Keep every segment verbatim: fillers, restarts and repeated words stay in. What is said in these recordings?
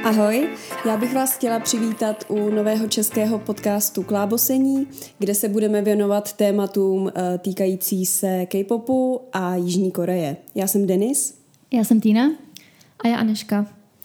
Ahoj, já bych vás chtěla přivítat u nového českého podcastu Klábosení, kde se budeme věnovat tématům týkající se K-popu a Jižní Koreje. Já jsem Denis. Já jsem Týna. A já Aneška.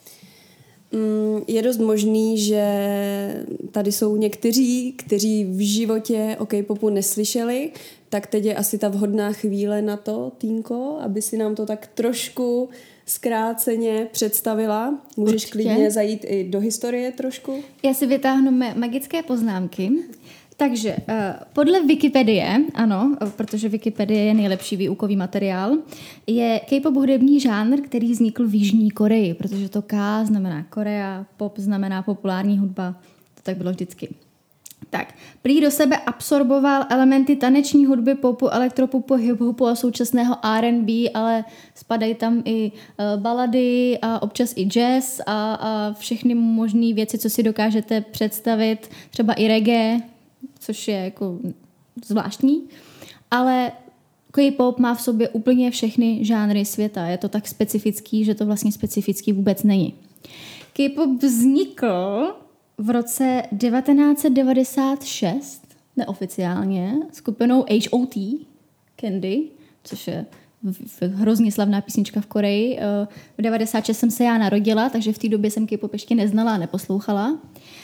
Je dost možný, že tady jsou někteří, kteří v životě o K-popu neslyšeli, tak teď je asi ta vhodná chvíle na to, Týnko, aby si nám to tak trošku zkráceně představila. Můžeš Určitě. klidně zajít i do historie trošku. Já si vytáhnu mé magické poznámky. Takže uh, podle Wikipedie, ano, protože Wikipedie je nejlepší výukový materiál, je K-pop hudební žánr, který vznikl v Jižní Koreji, protože to K znamená Korea, pop znamená populární hudba, to tak bylo vždycky. Tak, prý do sebe absorboval elementy taneční hudby, popu, elektropopu, hiphopu a současného R and B, ale spadají tam i uh, balady a občas i jazz a, a všechny možné věci, co si dokážete představit, třeba i reggae, což je jako zvláštní, ale K-pop má v sobě úplně všechny žánry světa. Je to tak specifický, že to vlastně specifický vůbec není. K-pop vznikl v roce devatenáct set devadesát šest, neoficiálně, skupinou H O T, Candy, což je hrozně slavná písnička v Koreji. V devadesát šest jsem se já narodila, takže v té době jsem K-pop ještě neznala a neposlouchala.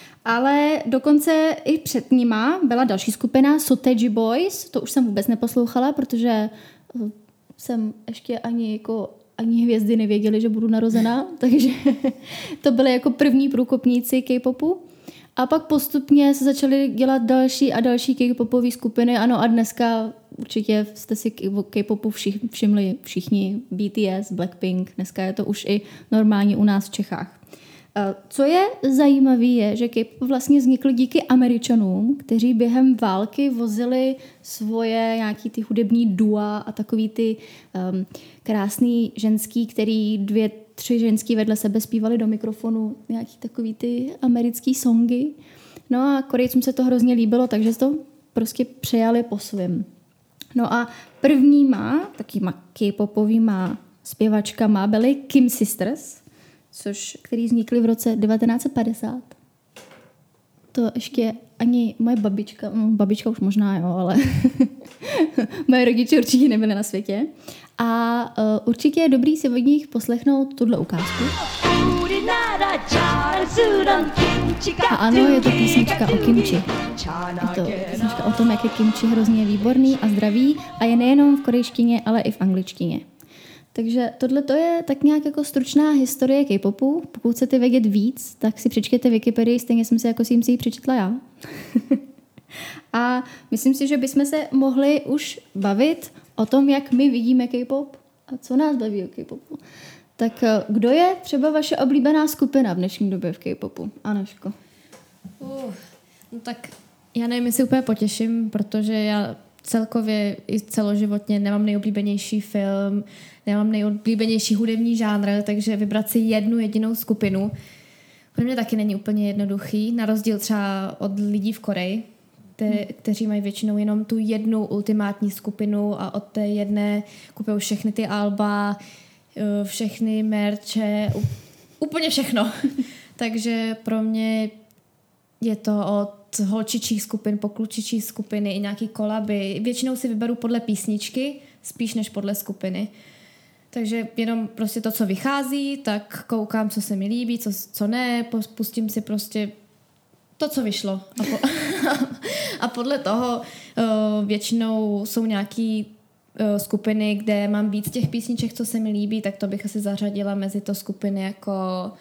Ale dokonce i před nima byla další skupina Sotaji Boys, to už jsem vůbec neposlouchala, protože jsem ještě ani jako ani hvězdy nevěděli, že budu narozená, takže to byly jako první průkopníci K-popu. A pak postupně se začaly dělat další a další K-popové skupiny. Ano, a dneska určitě jste si K-popu všimli všichni, B T S, Blackpink, dneska je to už i normálně u nás v Čechách. Co je zajímavé, je, že K-pop vlastně vznikl díky Američanům, kteří během války vozili svoje nějaký ty hudební dua a takový ty um, krásný ženský, který dvě, tři ženský vedle sebe zpívali do mikrofonu nějaký takový ty americký songy. No a Korejcům se to hrozně líbilo, takže to prostě přejali po svém. No a prvníma, takýma K-popovýma zpěvačkama byly Kim Sisters, což, který vznikly v roce devatenáct set padesát. To ještě ani moje babička, no, babička už možná, jo, ale moje rodiče určitě nebyly na světě. A uh, určitě je dobrý si od nich poslechnout tuhle ukázku. A ano, je to písnička o kimči. Je to písnička o tom, jak je kimči hrozně výborný a zdravý a je nejenom v korejštině, ale i v angličtině. Takže tohle to je tak nějak jako stručná historie K-popu. Pokud chcete vědět víc, tak si přečtěte Wikipedii, stejně jsem si jako si ji přečetla já. A myslím si, že bychom se mohli už bavit o tom, jak my vidíme K-pop a co nás baví o K-popu. Tak kdo je třeba vaše oblíbená skupina v dnešní době v K-popu? Anoško. Uh, no tak já nevím, jestli úplně potěším, protože já celkově i celoživotně nemám nejoblíbenější film, nemám nejoblíbenější hudební žánr, takže vybrat si jednu jedinou skupinu pro mě taky není úplně jednoduchý, na rozdíl třeba od lidí v Koreji, kte- kteří mají většinou jenom tu jednu ultimátní skupinu a od té jedné kupují všechny ty alba, všechny merče, úplně všechno. Takže pro mě je to od holčičích skupin po klučičí skupiny i nějaký kolaby. Většinou si vyberu podle písničky, spíš než podle skupiny. Takže jenom prostě to, co vychází, tak koukám, co se mi líbí, co, co ne, pustím si prostě to, co vyšlo. A, po, a podle toho uh, většinou jsou nějaký uh, skupiny, kde mám víc těch písniček, co se mi líbí, tak to bych asi zařadila mezi to skupiny jako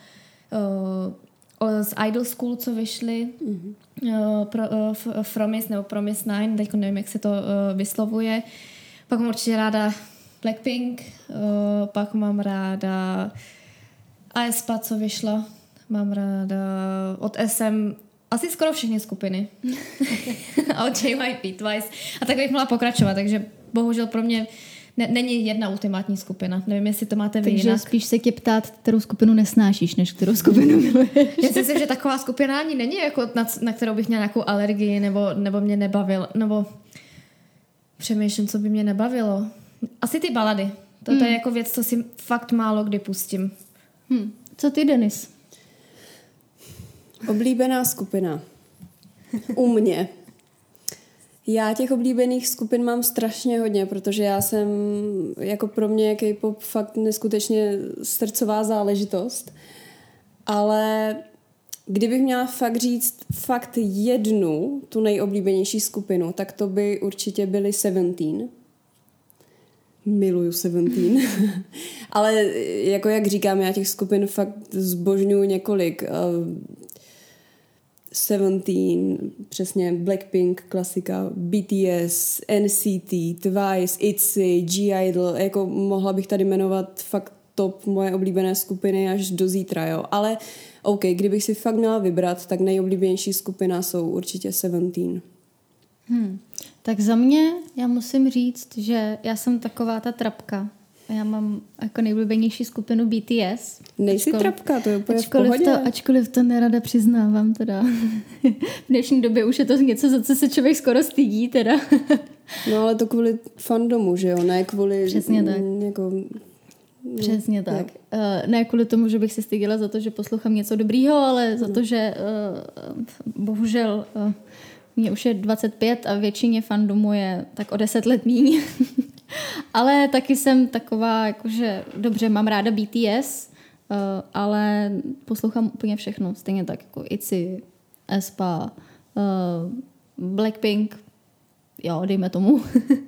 uh, z Idol School, co vyšly, mm-hmm. uh, pro, uh, Fromis nebo Promise Nine, teď nevím, jak se to uh, vyslovuje. Pak mám určitě ráda Blackpink, uh, pak mám ráda aespa, co vyšlo, mám ráda od S M asi skoro všechny skupiny. A od J Y P Twice. A tak bych mohla pokračovat, takže bohužel pro mě ne, není jedna ultimátní skupina. Nevím, jestli to máte vy Takže jinak. spíš se tě ptát, kterou skupinu nesnášíš, než kterou skupinu miluješ. Já si myslím, že taková skupina ani není, jako na, na kterou bych měla nějakou alergii, nebo, nebo mě nebavil, nebo přemýšlím, co by mě nebavilo. Asi ty balady. To, hmm. to je jako věc, co si fakt málo kdy pustím. Hmm. Co ty, Denis? Oblíbená skupina. U mě. Já těch oblíbených skupin mám strašně hodně, protože já jsem, jako pro mě K-pop fakt neskutečně srdcová záležitost. Ale kdybych měla fakt říct fakt jednu, tu nejoblíbenější skupinu, tak to by určitě byly Seventeen. Miluju Seventeen. Ale jako jak říkám, já těch skupin fakt zbožňuju několik. Seventeen, přesně Blackpink, klasika, B T S, N C T, Twice, I T Z Y, G-Idol, jako mohla bych tady jmenovat fakt top moje oblíbené skupiny až do zítra, jo. Ale OK, kdybych si fakt měla vybrat, tak nejoblíbenější skupina jsou určitě Seventeen. Hmm. Tak za mě, já musím říct, že já jsem taková ta trapka. Já mám jako nejoblíbenější skupinu B T S. Nejsi ačkoliv, trapka, to je úplně ačkoliv v pohodě. To, ačkoliv to nerada přiznávám teda. V dnešní době už je to něco, za co se člověk skoro stydí teda. No ale to kvůli fandomu, že jo? Ne kvůli... Přesně tak. Jako, Přesně tak. Uh, ne kvůli tomu, že bych se styděla za to, že poslouchám něco dobrýho, ale no. za to, že uh, bohužel uh, mě už je dvacet pět a většině fandomu je tak o deset let míň. Ale taky jsem taková, jakože dobře, mám ráda B T S, uh, ale poslouchám úplně všechno. Stejně tak jako I T Z Y, aespa, uh, Blackpink, jo, dejme tomu.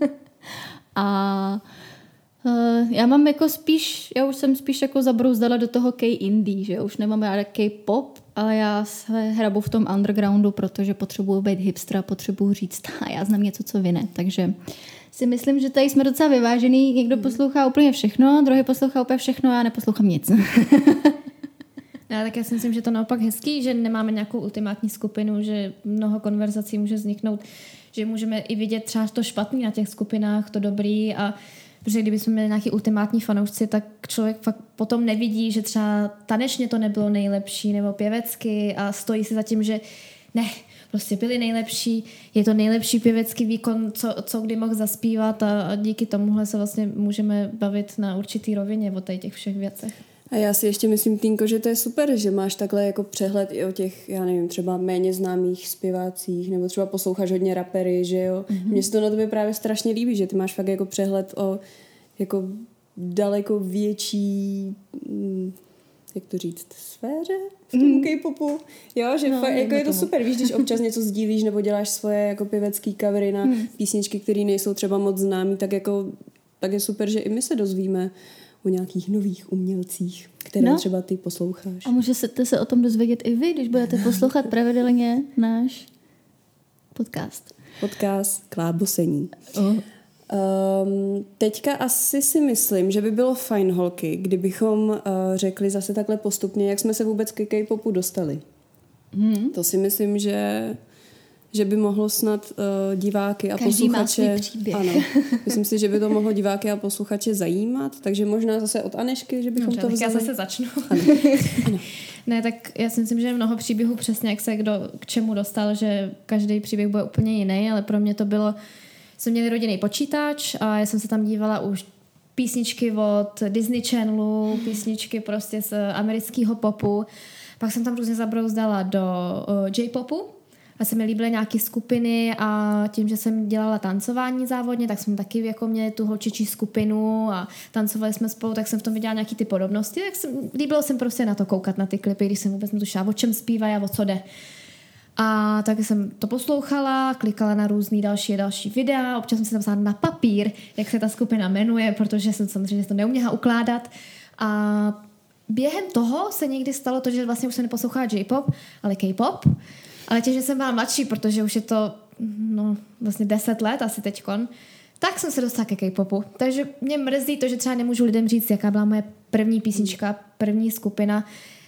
A uh, já mám jako spíš, já už jsem spíš jako zabrouzdala do toho K-indie, že už nemám ráda K-pop, ale já se hrabu v tom undergroundu, protože potřebuju být hipstra, potřebuju říct, a já znám něco, co vy ne. Takže si myslím, že tady jsme docela vyvážený. Někdo poslouchá úplně všechno, druhý poslouchá úplně všechno a já neposlouchám nic. No, tak já si myslím, že to naopak hezký, že nemáme nějakou ultimátní skupinu, že mnoho konverzací může vzniknout, že můžeme i vidět třeba to špatný na těch skupinách, to dobrý, a protože kdybychom měli nějaký ultimátní fanoušci, tak člověk fakt potom nevidí, že třeba tanečně to nebylo nejlepší nebo pěvecky a stojí si za tím, že ne, prostě byli nejlepší, je to nejlepší pěvecký výkon, co, co kdy mohl zaspívat, a, a díky tomuhle se vlastně můžeme bavit na určitý rovině o těch všech věcech. A já si ještě myslím, Týnko, že to je super, že máš takhle jako přehled i o těch, já nevím, třeba méně známých zpěvácích, nebo třeba posloucháš hodně rapery, že jo. Mm-hmm. Mně se to na tobě právě strašně líbí, že ty máš fakt jako přehled o jako daleko větší, jak to říct, sféře v tom mm. K-popu. Jo, že no, fakt, jako je to super, víš, když občas něco sdílíš nebo děláš svoje jako pěvecký covery na mm. písničky, které nejsou třeba moc známý, tak jako tak je super, že i my se dozvíme o nějakých nových umělcích, které no. třeba ty posloucháš. A můžete se o tom dozvědět i vy, když budete poslouchat pravidelně náš podcast. Podcast Klábosení. Oh. Um, teďka asi si myslím, že by bylo fajn, holky, kdybychom uh, řekli zase takhle postupně, jak jsme se vůbec ke K-popu dostali. Hmm. To si myslím, že že by mohlo snad uh, diváky a Každý posluchače... má svůj příběh. Ano, myslím si, že by to mohlo diváky a posluchače zajímat, takže možná zase od Anešky, že bychom Dobře, to vzali. já zase začnu. Ano. Ano. Ne, tak já si myslím, že je mnoho příběhů přesně, jak se kdo k čemu dostal, že každý příběh bude úplně jiný, ale pro mě to bylo, jsme měli rodinný počítač a já jsem se tam dívala už písničky od Disney Channelu, písničky prostě z amerického popu, pak jsem tam různě zabrouzdala do uh, J-popu, a se mi líbily nějaké skupiny a tím, že jsem dělala tancování závodně, tak jsme taky jako měli tu holčičí skupinu a tancovali jsme spolu, tak jsem v tom viděla nějaký ty podobnosti. Tak jsem, líbilo jsem prostě na to koukat, na ty klipy, když jsem vůbec netušila, o čem zpívají a o co jde. A taky jsem to poslouchala, klikala na různý další a další videa, občas jsem si tam psala na papír, jak se ta skupina jmenuje, protože jsem samozřejmě to neuměla ukládat. A během toho se někdy stalo to, že vlastně už jsem neposlouchala J-pop, ale K-pop. Ale těž, že jsem byla mladší, protože už je to no, vlastně deset let asi teďkon, tak jsem se dostala ke K-popu. Takže mě mrzí to, že třeba nemůžu lidem říct, jaká byla moje první písnička, první skupina.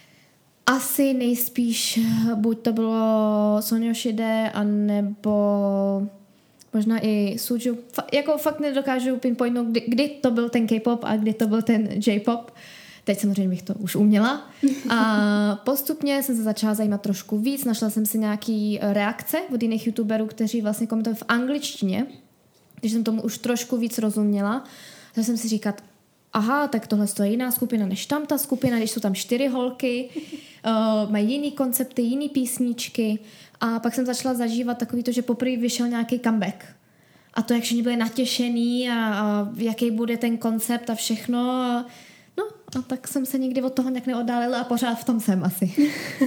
Asi nejspíš buď to bylo Sonyoshide, anebo možná i Suju. Fa- jako fakt nedokážu pinpointnout, kdy, kdy to byl ten K-pop a kdy to byl ten J-pop. Teď samozřejmě bych to už uměla. A postupně jsem se začala zajímat trošku víc. Našla jsem si nějaký reakce od jiných youtuberů, kteří vlastně komentovali v angličtině. Když jsem tomu už trošku víc rozuměla, tak jsem si říkat, aha, tak tohle je jiná skupina než tam ta skupina, když jsou tam čtyři holky, uh, mají jiný koncepty, jiný písničky a pak jsem začala zažívat takový to, že poprvé vyšel nějaký comeback. A to, jak všichni byli natěšený a, a jaký bude ten koncept a všechno. A, no a tak jsem se nikdy od toho nějak neoddálila a pořád v tom jsem asi.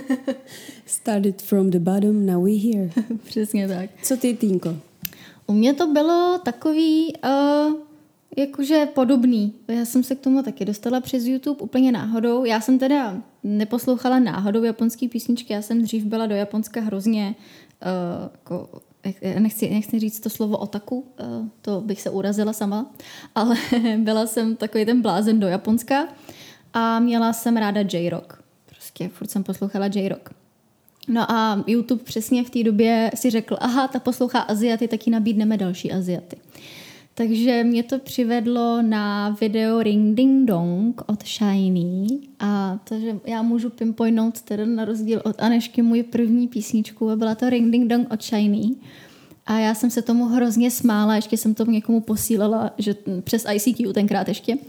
Started from the bottom, now we're here. Přesně tak. Co ty, Týnko? U mě to bylo takový, uh, jakože podobný. Já jsem se k tomu taky dostala přes YouTube úplně náhodou. Já jsem teda neposlouchala náhodou japonský písničky, já jsem dřív byla do Japonska hrozně, uh, jako, nechci, nechci říct to slovo otaku, uh, to bych se urazila sama, ale byla jsem takový ten blázen do Japonska a měla jsem ráda J-rock. Prostě furt jsem poslouchala J-rock. No a YouTube přesně v té době si řekl, aha, ta poslouchá Aziaty, tak jí nabídneme další Aziaty. Takže mě to přivedlo na video Ring Ding Dong od Shiny a to, že já můžu pinpointnout teda na rozdíl od Anešky můj první písničku a byla to Ring Ding Dong od Shiny. A já jsem se tomu hrozně smála, ještě jsem to někomu posílala, že přes I C Q tenkrát ještě, uh,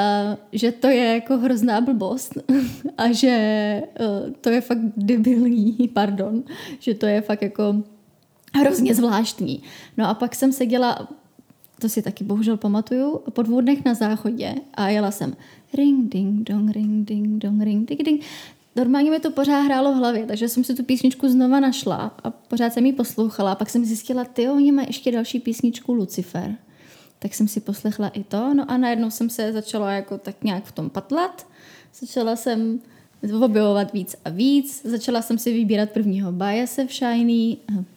že to je jako hrozná blbost a že uh, to je fakt debilní, pardon, že to je fakt jako hrozně zvláštní. No a pak jsem seděla, to si taky bohužel pamatuju, po dvou dnech na záchodě a jela jsem ring ding dong, ring ding dong, ring ding ding. Normálně mi to pořád hrálo v hlavě, takže jsem si tu písničku znova našla a pořád jsem ji poslouchala. Pak jsem zjistila, tyjo, oni mají ještě další písničku Lucifer. Tak jsem si poslechla i to. No a najednou jsem se začala jako tak nějak v tom patlat. Začala jsem objevovat víc a víc. Začala jsem si vybírat prvního biase v Shiny,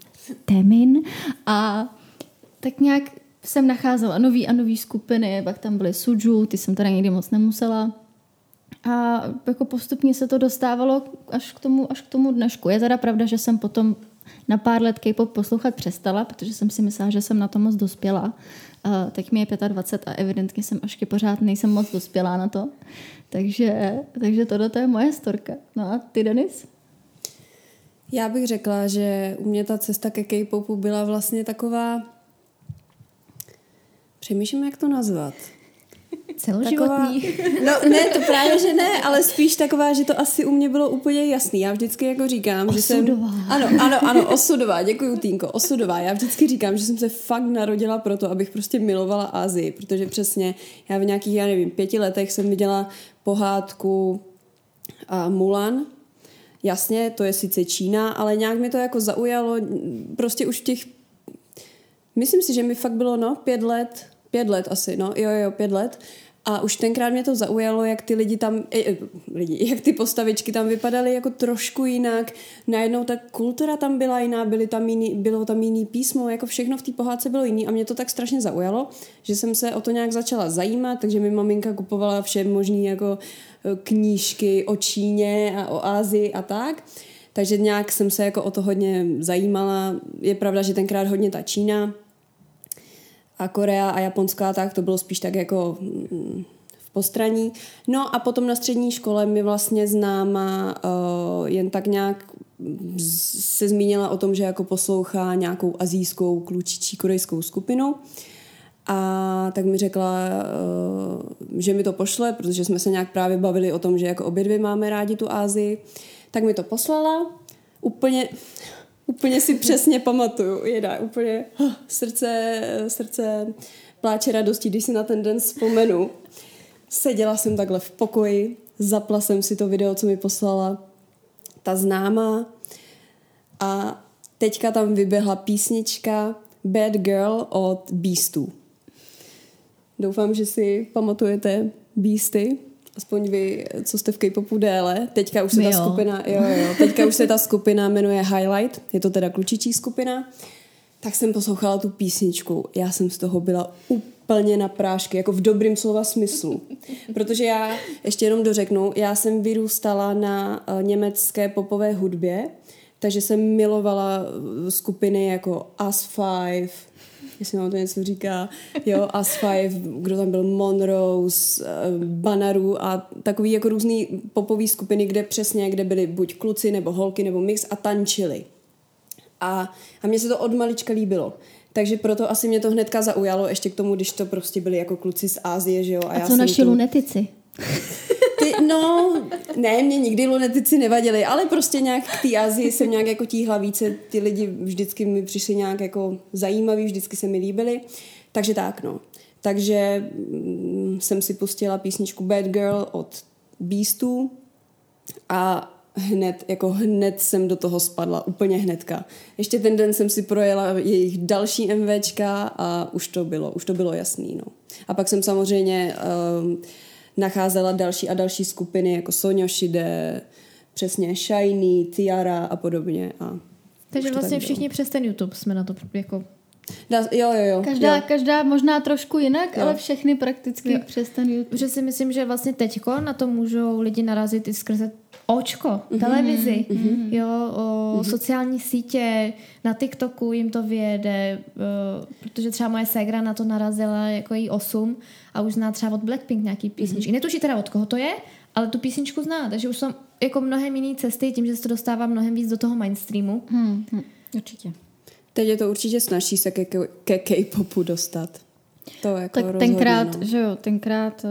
Temin. A tak nějak jsem nacházela nový a nový skupiny. Pak tam byly Suju, ty jsem teda někdy moc nemusela. A jako postupně se to dostávalo až k tomu, až k tomu dnešku. Je teda pravda, že jsem potom na pár let K-pop poslouchat přestala, protože jsem si myslela, že jsem na to moc dospěla. Uh, teď mi je dvacet pět a evidentně jsem ještě pořád nejsem moc dospělá na to. Takže, takže tohle to je moje storka. No a ty, Denis? Já bych řekla, že u mě ta cesta ke K-popu byla vlastně taková... Přemýšlím, jak to nazvat. Celoživotní. Taková, no ne, to právě, že ne, ale spíš taková, že to asi u mě bylo úplně jasný. Já vždycky jako říkám, osudová. že jsem... Ano, ano, ano, osudová, děkuju, Týnko, osudová. Já vždycky říkám, že jsem se fakt narodila proto, abych prostě milovala Asii, protože přesně já v nějakých, já nevím, pěti letech jsem viděla pohádku uh, Mulan. Jasně, to je sice Čína, ale nějak mi to jako zaujalo prostě už v těch... Myslím si, že mi fakt bylo, no, pět let... Pět let asi, no, jo, jo, pět let. A už tenkrát mě to zaujalo, jak ty lidi tam, eh, lidi, jak ty postavičky tam vypadaly jako trošku jinak. Najednou ta kultura tam byla jiná, byly tam jiný, bylo tam jiný písmo, jako všechno v té pohádce bylo jiný a mě to tak strašně zaujalo, že jsem se o to nějak začala zajímat, takže mi maminka kupovala vše možný jako knížky o Číně a o Asii a tak. Takže nějak jsem se jako o to hodně zajímala. Je pravda, že tenkrát hodně ta Čína a Korea a Japonská, tak to bylo spíš tak jako v postraní. No a potom na střední škole mi vlastně známa uh, jen tak nějak se zmínila o tom, že jako poslouchá nějakou asijskou klučičí korejskou skupinu a tak mi řekla, uh, že mi to pošle, protože jsme se nějak právě bavili o tom, že jako obě dvě máme rádi tu Asii. Tak mi to poslala. Úplně... Úplně si přesně pamatuju, jedá úplně oh, srdce, srdce pláče radosti, když si na ten den vzpomenu. Seděla jsem takhle v pokoji, zapla jsem si to video, co mi poslala ta známá a teďka tam vyběhla písnička Bad Girl od Beastů. Doufám, že si pamatujete Beasty. Aspoň vy, co jste v K-popu déle. Teďka už se ta jo. skupina, jo, jo, teďka už se ta skupina jmenuje Highlight, je to teda klučičí skupina. Tak jsem poslouchala tu písničku. Já jsem z toho byla úplně na prášky, jako v dobrým slova smyslu. Protože já, ještě jenom dořeknu, já jsem vyrůstala na uh, německé popové hudbě, takže jsem milovala skupiny jako As Five, jestli vám to něco říká, jo, As Five, kdo tam byl, Monrose, Banaru a takový jako různý popový skupiny, kde přesně, kde byly buď kluci nebo holky nebo mix a tančili. A, a mně se to od malička líbilo. Takže proto asi mě to hnedka zaujalo, ještě k tomu, když to prostě byli jako kluci z Ázie, že jo. A, a a já co naši tu... lunetici? Ty, no, ne, mě nikdy lunetici nevadili, ale prostě nějak k té Asii jsem nějak jako tíhla více, ty lidi vždycky mi přišli nějak jako zajímaví, vždycky se mi líbili, takže tak, no. Takže mm, jsem si pustila písničku Bad Girl od Beastů a hned, jako hned jsem do toho spadla, úplně hnedka. Ještě ten den jsem si projela jejich další MVčka a už to bylo, už to bylo jasný, no. A pak jsem samozřejmě um, nacházela další a další skupiny, jako Soňošide, přesně Shiny, Tiara a podobně. A takže vlastně všichni přes ten YouTube jsme na to jako... Da, jo, jo, jo. Každá, jo. každá možná trošku jinak, jo. ale všechny prakticky jo. přes ten YouTube. Že si myslím, že vlastně teďko na to můžou lidi narazit i skrze očko, mm-hmm. televizi, mm-hmm. jo, o, mm-hmm. sociální sítě, na TikToku jim to vyjede, o, protože třeba moje ségra na to narazila jako jí osm a už zná třeba od Blackpink nějaký písničky. Mm-hmm. Netuší teda od koho to je, ale tu písničku zná, takže už jsou jako mnohem jiný cesty, tím, že se to dostává mnohem víc do toho mainstreamu. Hmm, hmm, určitě. Teď je to určitě snaží se ke, ke K-popu dostat. To jako tak rozhodně, tenkrát, no. že jo, tenkrát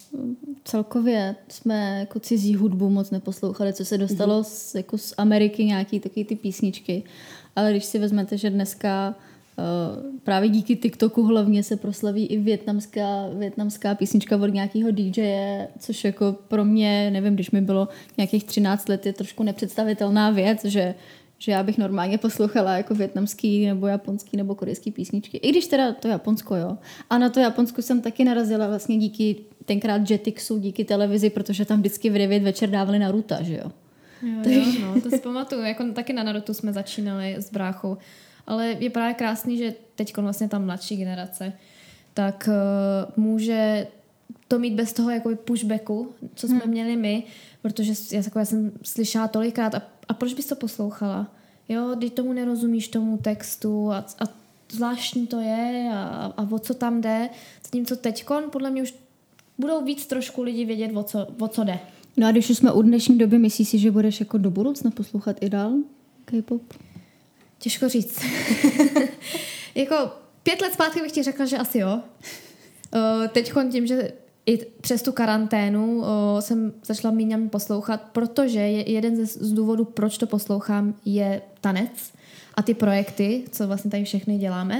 celkově jsme jako cizí hudbu moc neposlouchali, co se dostalo mm-hmm. z, jako z Ameriky, nějaký taky ty písničky. Ale když si vezmete, že dneska uh, právě díky TikToku hlavně se proslaví i vietnamská, vietnamská písnička od nějakého dý džeje, což jako pro mě, nevím, když mi bylo nějakých třináct let, je trošku nepředstavitelná věc, že že já bych normálně poslouchala jako vietnamský nebo japonský nebo korejský písničky. I když teda to Japonsko, jo. A na to Japonsko jsem taky narazila vlastně díky tenkrát Jetixu, díky televizi, protože tam vždycky v devět večer dávali Naruto, že jo. Jo, jo, no, to si pamatuju. Jako taky na Naruto jsme začínali s bráchou. Ale je právě krásný, že teď vlastně ta mladší generace tak uh, může to mít bez toho jakoby pushbacku, co jsme hmm. měli my, protože já, jako, já jsem slyšela tolikrát a, a proč bys to poslouchala? Jo, když tomu nerozumíš tomu textu a, a zvláštní to je a, a o co tam jde. Zatímco teďkon podle mě už budou víc trošku lidi vědět, o co, o co jde. No a když už jsme u dnešní doby, myslíš si, že budeš jako do budoucna poslouchat i dál K-pop? Těžko říct. Jako pět let zpátky bych ti řekla, že asi jo. Uh, teďkon tím, že i přes tu karanténu o, jsem začala míň poslouchat, protože je jeden ze, z důvodů, proč to poslouchám, je tanec a ty projekty, co vlastně tady všechny děláme.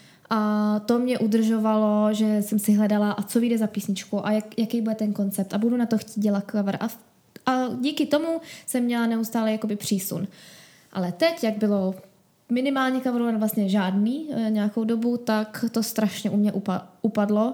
A to mě udržovalo, že jsem si hledala, a co vyjde za písničku a jak, jaký bude ten koncept a budu na to chtít dělat cover. A, a díky tomu jsem měla neustále jakoby přísun. Ale teď, jak bylo minimálně coverovat vlastně žádný nějakou dobu, tak to strašně u mě upa- upadlo.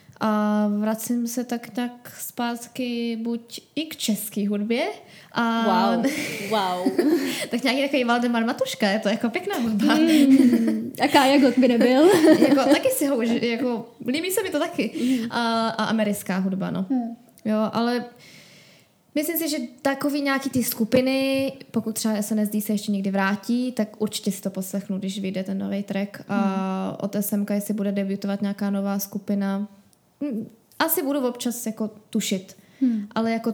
A vracím se tak tak zpátky buď i k české hudbě. A wow, wow. tak nějaký takový Valdemar Matuška, je to jako pěkná hudba. Mm, a Kája Gott by nebyl. Jako, taky si ho, jako, líbí se mi to taky. A, a americká hudba, no. Hmm. Jo, ale myslím si, že takový nějaký ty skupiny, pokud třeba S N S D se ještě někdy vrátí, tak určitě si to poslechnu, když vyjde ten nový track. A hmm. od S M K, jestli bude debutovat nějaká nová skupina, asi budu občas jako tušit. Hmm. Ale jako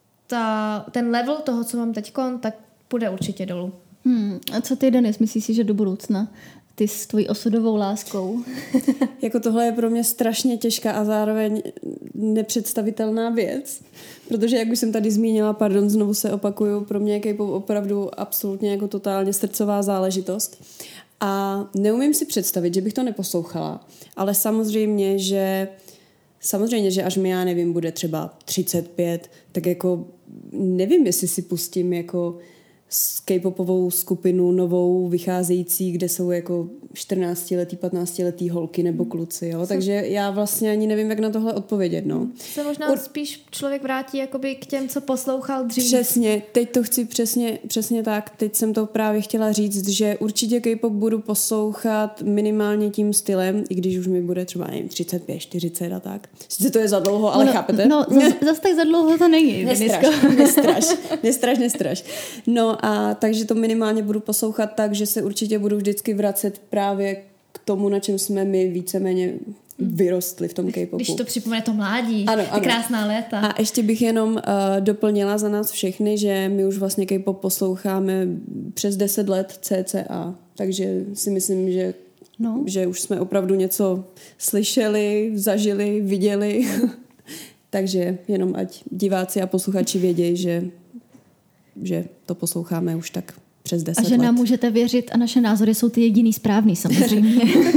ta, ten level toho, co mám teďkon, tak půjde určitě dolů. Hmm. A co ty, Denis, myslíš si, že do budoucna? Ty s tvojí osudovou láskou. Jako tohle je pro mě strašně těžká a zároveň nepředstavitelná věc, protože jak už jsem tady zmínila, pardon, znovu se opakuju, pro mě je K-pop opravdu absolutně jako totálně srdcová záležitost. A neumím si představit, že bych to neposlouchala, ale samozřejmě, že samozřejmě, že až mi, já nevím, bude třeba třicet pět, tak jako nevím, jestli si pustím jako K-popovou skupinu novou vycházející, kde jsou jako čtrnáctiletý, patnáctiletý holky nebo kluci, jo? Takže já vlastně ani nevím, jak na tohle odpovědět, no. Se možná Ur... spíš člověk vrátí jakoby k těm, co poslouchal dřív. Přesně, teď to chci přesně, přesně tak, teď jsem to právě chtěla říct, že určitě K-pop budu poslouchat minimálně tím stylem, i když už mi bude třeba, nevím, třicet pět, čtyřicet a tak. Sice to je za dlouho, ale no, chápete? No, zase zas tak za dlouho to není. Nestraš, nestraš, nestraš, nestraš. No a takže to minimálně budu poslouchat tak, že se určitě budu vždycky vracet právě k tomu, na čem jsme my víceméně vyrostli v tom K-popu. Když to připomene to mládí, ano, ty ano. krásná léta. A ještě bych jenom uh, doplnila za nás všechny, že my už vlastně K-pop posloucháme přes deset let cca, takže si myslím, že No. Že už jsme opravdu něco slyšeli, zažili, viděli. Takže jenom ať diváci a posluchači vědějí, že, že to posloucháme už tak přes deset let. A že nám můžete věřit a naše názory jsou ty jediný správný samozřejmě.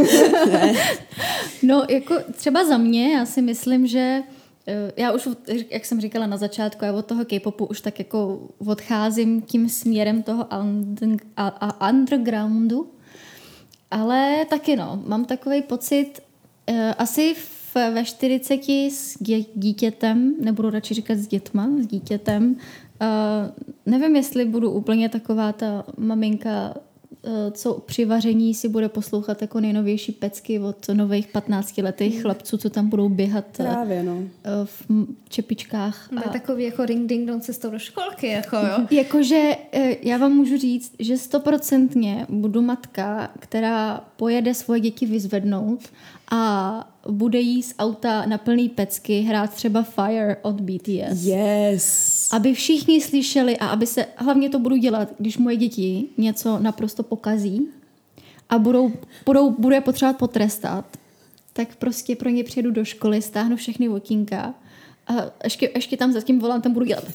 No jako třeba za mě, já si myslím, že já už, jak jsem říkala na začátku, já od toho K-popu už tak jako odcházím tím směrem toho undergroundu, ale taky no, mám takový pocit, asi v, ve čtyřiceti s dítětem, nebudu radši říkat s dětma, s dítětem, nevím, jestli budu úplně taková ta maminka, co při vaření si bude poslouchat jako nejnovější pecky od nových patnáctiletých chlapců, co tam budou běhat Právě, no. v čepičkách. A... takový jako ring ding dong cestou do školky, jako jo. Jakože já vám můžu říct, že stoprocentně budu matka, která pojede svoje děti vyzvednout a bude jí z auta na plný pecky hrát třeba Fire od B T S. Yes. Aby všichni slyšeli a aby se, hlavně to budu dělat, když moje děti něco naprosto pokazí a budou, budou, budu je potřebovat potrestat, tak prostě pro ně přijedu do školy, stáhnu všechny okýnka a ještě, ještě tam za tím volantem budu dělat.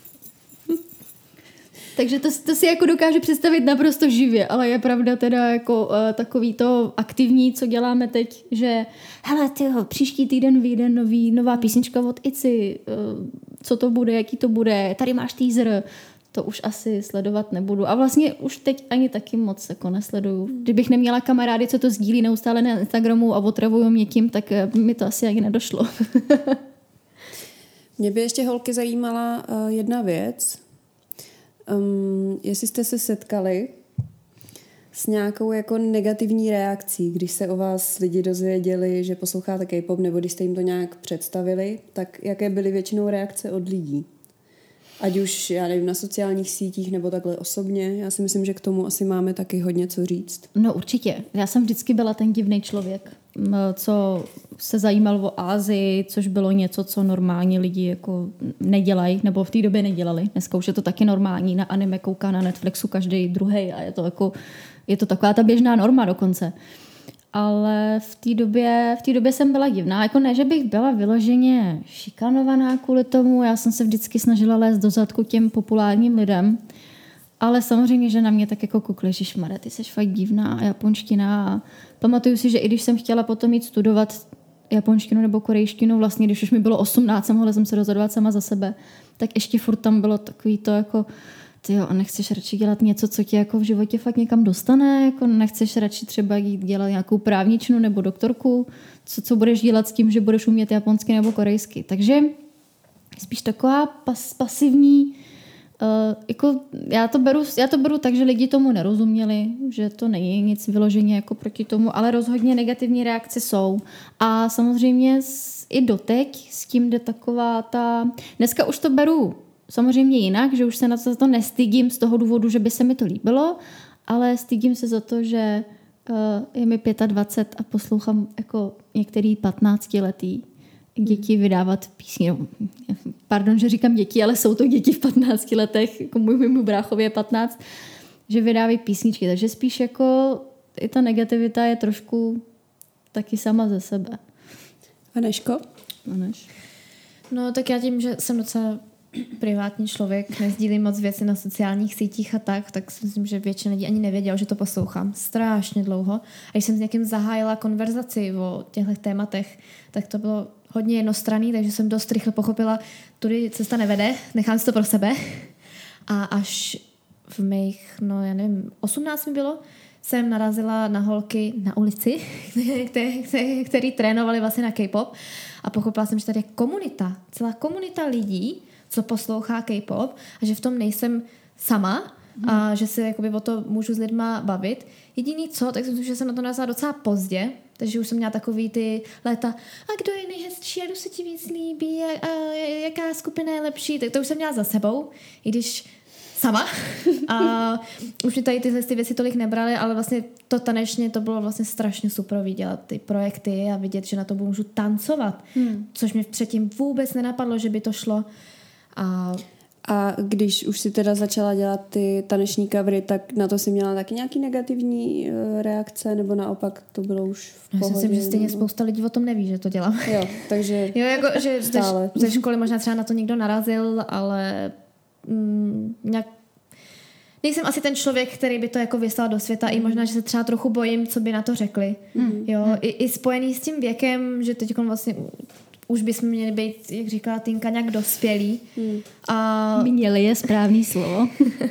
Takže to, to si jako dokážu představit naprosto živě, ale je pravda teda jako uh, takový to aktivní, co děláme teď, že hele tyjo, příští týden vyjde nový, nová písnička od Ici, uh, co to bude, jaký to bude, tady máš teaser, to už asi sledovat nebudu. A vlastně už teď ani taky moc jako nesleduju. Kdybych neměla kamarády, co to sdílí neustále na Instagramu a otravují mě tím, tak mi to asi ani nedošlo. Mě by ještě holky zajímala uh, jedna věc. Um, jestli jste se setkali s nějakou jako negativní reakcí, když se o vás lidi dozvěděli, že posloucháte K-pop, nebo když jste jim to nějak představili, tak jaké byly většinou reakce od lidí? Ať už, já nevím, na sociálních sítích nebo takhle osobně. Já si myslím, že k tomu asi máme taky hodně co říct. No určitě. Já jsem vždycky byla ten divný člověk, co se zajímal o Asii, což bylo něco, co normální lidi jako nedělají, nebo v té době nedělali. Dneska už je to taky normální. Na anime kouká na Netflixu každý druhej a je to jako, je to taková ta běžná norma dokonce. Ale v té době, v té době jsem byla divná. Jako ne, že bych byla vyloženě šikanovaná kvůli tomu. Já jsem se vždycky snažila lézt do zadku těm populárním lidem. Ale samozřejmě, že na mě tak jako koukli, ježišmarja, ty seš fakt divná a japonština. A pamatuju si, že i když jsem chtěla potom jít studovat japonštinu nebo korejštinu, vlastně když už mi bylo osmnáct a mohla jsem se rozhodovat sama za sebe, tak ještě furt tam bylo takový to jako... Tyjo, a nechceš radši dělat něco, co tě jako v životě fakt někam dostane? Jako nechceš radši třeba jít dělat nějakou právničnu nebo doktorku? Co, co budeš dělat s tím, že budeš umět japonsky nebo korejsky? Takže spíš taková pas, pasivní... Uh, jako já, to beru, já to beru tak, že lidi tomu nerozuměli, že to není nic vyloženě jako proti tomu, ale rozhodně negativní reakce jsou. A samozřejmě s, i doteď s tím jde taková ta... Dneska už to beru samozřejmě jinak, že už se na to, za to nestydím z toho důvodu, že by se mi to líbilo, ale stydím se za to, že uh, je mi dvacet pět a poslouchám jako některý patnáctiletý děti vydávat písně. Pardon, že říkám děti, ale jsou to děti v patnácti letech, jako můj, můj bráchově je patnáct, že vydávají písničky, takže spíš jako i ta negativita je trošku taky sama ze sebe. Aneško? Aneš? No tak já tím, že jsem docela privátní člověk, nezdílím moc věci na sociálních sítích a tak, tak si myslím, že většina lidí ani nevěděla, že to poslouchám strašně dlouho. A když jsem s někým zahájila konverzaci o těchto tématech, tak to bylo hodně jednostranný, takže jsem dost rychle pochopila, tudy cesta nevede, nechám si to pro sebe. A až v mých, no já nevím, osmnáct mi bylo, jsem narazila na holky na ulici, které, které, které trénovali vlastně na K-pop a pochopila jsem, že tady je komunita, celá komunita lidí, co poslouchá K-pop a že v tom nejsem sama a že se jakoby o to můžu s lidma bavit. Jediný co, tak jsem že jsem na to narazila docela pozdě, takže už jsem měla takový ty léta, a kdo je nejhezčí, a kdo se ti víc líbí, a, a jaká skupina je lepší, tak to už jsem měla za sebou, i když sama. A už mi tady tyhle ty věci tolik nebrali, ale vlastně to tanečně to bylo vlastně strašně super dělat ty projekty a vidět, že na to můžu tancovat, hmm. což mi předtím vůbec nenapadlo, že by to šlo. A A když už si teda začala dělat ty taneční covery, tak na to si měla taky nějaký negativní uh, reakce, nebo naopak to bylo už v pohodě? Já si myslím, že stejně nebo... spousta lidí o tom neví, že to dělám. Jo, takže jo, jako, že stále. Ze, ze školy možná třeba na to někdo narazil, ale mm, nějak nejsem asi ten člověk, který by to jako vyslal do světa, mm. i možná, že se třeba trochu bojím, co by na to řekli. Mm. Jo, mm. I, i spojený s tím věkem, že teď vlastně už bychom měli být, jak říkala Tinka, nějak dospělí. Mm. A měli je správný slovo.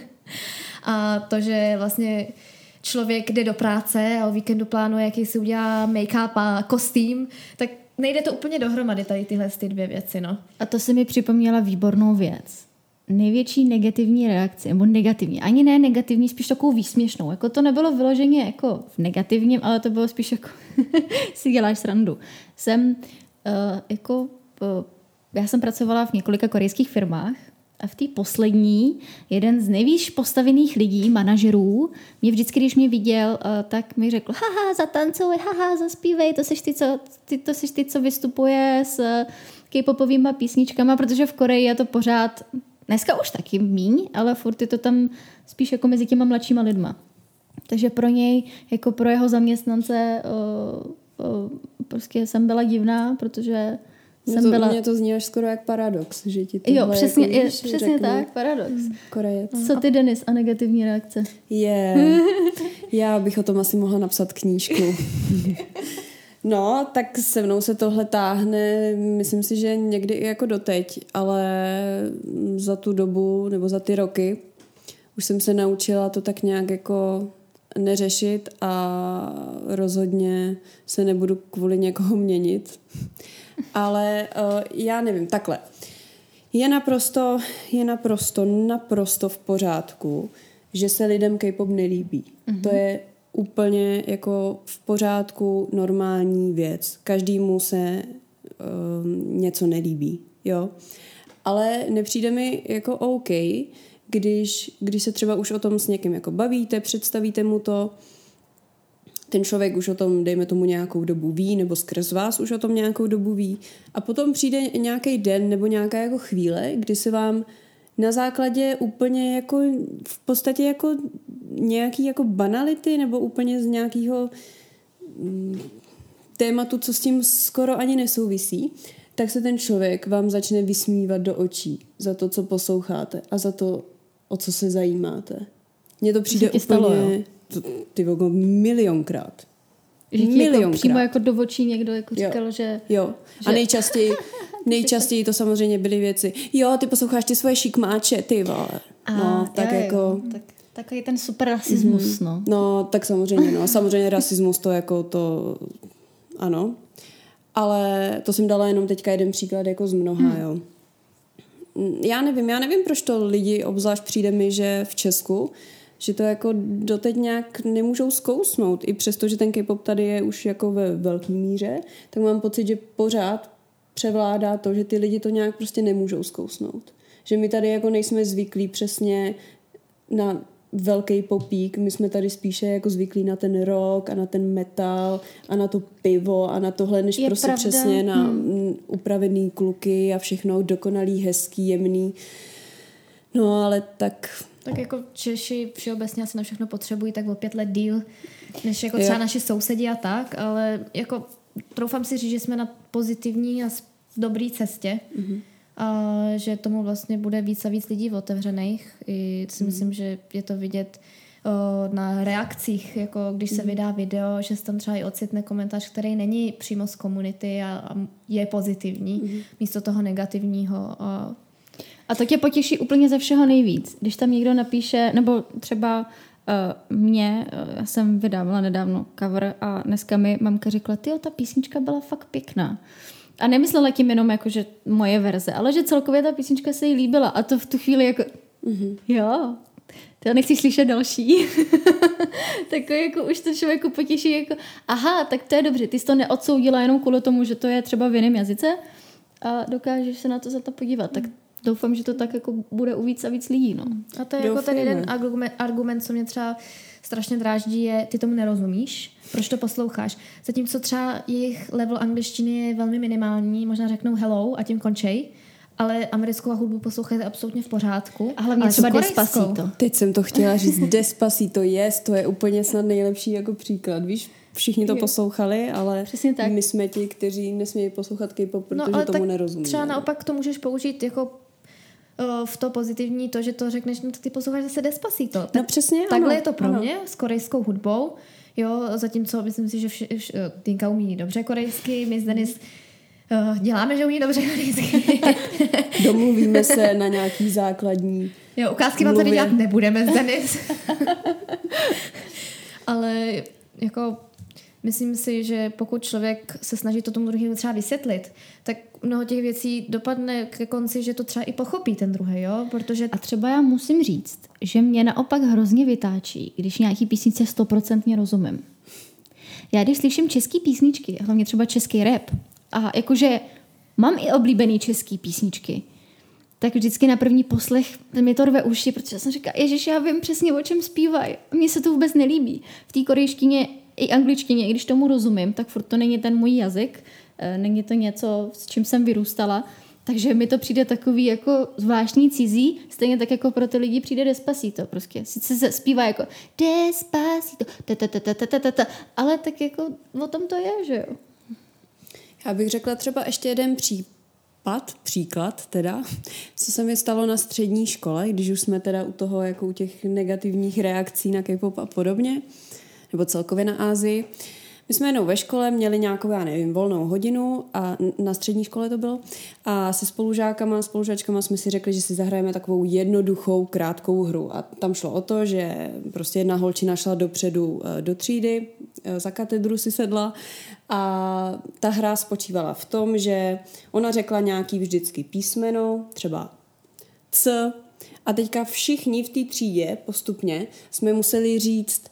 A to, že vlastně člověk jde do práce a o víkendu plánuje, jaký si udělá make-up a kostým, tak nejde to úplně dohromady tady tyhle ty dvě věci, no. A to se mi připomněla výbornou věc. Největší negativní reakce, nebo negativní, ani ne negativní, spíš takovou výsměšnou. Jako to nebylo vyloženě jako v negativním, ale to bylo spíš jako si děláš srandu. Jsem uh, jako, uh, já jsem pracovala v několika korejských firmách a v té poslední jeden z nejvýš postavených lidí, manažerů, mě vždycky, když mě viděl, uh, tak mi řekl, haha, zatancuj, haha, zaspívej, to seš ty, co, ty, to seš ty, co vystupuje s K-popovýma písničkama, protože v Koreji je to pořád, dneska už taky míň, ale furt je to tam spíš jako mezi těma mladšíma lidma. Takže pro něj, jako pro jeho zaměstnance, uh, uh, prostě jsem byla divná, protože jsem to, byla... Mně to zní až skoro jak paradox, že ti to Jo, přesně, jako, je, víš, přesně řeknu, tak, paradox. Korejec. Co ty, Denis, a negativní reakce? Je, yeah. Já bych o tom asi mohla napsat knížku. No, tak se mnou se tohle táhne, myslím si, že někdy i jako doteď, ale za tu dobu nebo za ty roky už jsem se naučila to tak nějak jako neřešit a rozhodně se nebudu kvůli někoho měnit. Ale uh, já nevím, takhle. Je naprosto, je naprosto, naprosto v pořádku, že se lidem K-pop nelíbí. Mm-hmm. To je úplně jako v pořádku normální věc. Každému se um, něco nelíbí, jo. Ale nepřijde mi jako OK, když, když se třeba už o tom s někým jako bavíte, představíte mu to, ten člověk už o tom, dejme tomu, nějakou dobu ví, nebo skrz vás už o tom nějakou dobu ví. A potom přijde nějaký den nebo nějaká jako chvíle, kdy se vám na základě úplně jako v podstatě jako nějaký jako banality nebo úplně z nějakého tématu, co s tím skoro ani nesouvisí, tak se ten člověk vám začne vysmívat do očí za to, co posloucháte a za to, o co se zajímáte. Mně to přijde úplně stalo, ty vogo, milionkrát. Že ti jako přímo jako do očí někdo jako říkal, jo. že... Jo. A nejčastěji, nejčastěji to samozřejmě byly věci. Jo, ty posloucháš ty svoje šikmáče, ty vole. A, no, tak jo, jako... Jo. Tak, takový ten super rasismus, mm-hmm. no. No, tak samozřejmě, no. Samozřejmě rasismus to jako to... Ano. Ale to jsem dala jenom teďka jeden příklad jako z mnoha, mm. jo. Já nevím, já nevím, proč to lidi, obzvlášť přijde mi, že v Česku, že to jako doteď nějak nemůžou zkousnout. I přesto, že ten K-pop tady je už jako ve velké míře, tak mám pocit, že pořád převládá to, že ty lidi to nějak prostě nemůžou zkousnout. Že my tady jako nejsme zvyklí přesně na velký popík, my jsme tady spíše jako zvyklí na ten rock a na ten metal a na to pivo a na tohle, než je prostě pravda. Přesně na hmm. upravený kluky a všechno dokonalý, hezký, jemný. No ale tak... Tak jako Češi všeobecně asi na všechno potřebují tak o pět let díl, než jako třeba jo. naši sousedi a tak, ale jako troufám si říct, že jsme na pozitivní a dobrý cestě. Mm-hmm. A že tomu vlastně bude víc a víc lidí otevřených. I si mm-hmm. myslím, že je to vidět o, na reakcích, jako když se mm-hmm. vydá video, že se tam třeba i ocitne komentář, který není přímo z komunity a, a je pozitivní, mm-hmm. místo toho negativního. A A to tě potěší úplně ze všeho nejvíc. Když tam někdo napíše, nebo třeba uh, mě, uh, já jsem vydávala nedávno cover a dneska mi mamka řekla, tyjo, ta písnička byla fakt pěkná. A nemyslela tím jenom jako, že moje verze, ale že celkově ta písnička se jí líbila. A to v tu chvíli jako, mm-hmm. jo, to nechci slyšet další. Takový jako už to člověku potěší jako, aha, tak to je dobře, ty jsi to neodsoudila jenom kvůli tomu, že to je třeba v jiném jazyce a dokážeš se na to za to podívat. Tak doufám, že to tak jako bude u víc a víc lidí. No. A to je Doufujeme. Jako ten jeden argument, argument, co mě třeba strašně dráždí, je, ty tomu nerozumíš, proč to posloucháš. Zatímco třeba jejich level angličtiny je velmi minimální, možná řeknou hello a tím končej. ale americkou hudbu poslouchají absolutně v pořádku. A hlavně třeba Despacito. Teď jsem to chtěla říct, Despacito, yes, to je úplně snad nejlepší jako příklad, víš? Všichni to poslouchali, ale my jsme ti, kteří nesmějí poslouchat K-pop, protože no, tomu nerozumí. Třeba naopak to můžeš použít jako v to pozitivní to, že to řekneš, no ty posloucháš zase Despacito. No přesně, takhle ano, je to pro ano. mě s korejskou hudbou. Jo, zatímco myslím si, že vš, vš, Týnka umí dobře korejsky, my s Denis uh, děláme, že umí dobře korejsky. Domluvíme se na nějaký základní Jo, ukázky vám tady dělat nebudeme s Denis. Ale jako myslím si, že pokud člověk se snaží to tomu druhému třeba vysvětlit, tak mnoho těch věcí dopadne ke konci, že to třeba i pochopí ten druhý, jo? Protože... A třeba já musím říct, že mě naopak hrozně vytáčí, když nějaký písničce stoprocentně rozumím. Já když slyším český písničky, hlavně třeba český rap, a jakože mám i oblíbený český písničky, tak vždycky na první poslech mi to rve uši, protože jsem říkala, ježiš, já vím přesně, o čem zpívají. Mně se to vůbec nelíbí. V té korejštině i angličtině, i když tomu rozumím, tak furt to není ten můj jazyk, není to něco, s čím jsem vyrůstala, takže mi to přijde takový jako zvláštní cizí, stejně tak jako pro ty lidi přijde Despacito, prostě. Sice se zpívá jako Despacito, ale tak jako o tom to je, že jo. Já bych řekla třeba ještě jeden případ, příklad teda, co se mi stalo na střední škole, když už jsme teda u toho, jako u těch negativních reakcí na K-pop a podobně, nebo celkově na Asii. My jsme jednou ve škole měli nějakou, já nevím, volnou hodinu a na střední škole to bylo a se spolužákama, spolužáčkama jsme si řekli, že si zahrajeme takovou jednoduchou, krátkou hru a tam šlo o to, že prostě jedna holčina šla dopředu do třídy, za katedru si sedla a ta hra spočívala v tom, že ona řekla nějaký vždycky písmeno, třeba C a teďka všichni v té třídě postupně jsme museli říct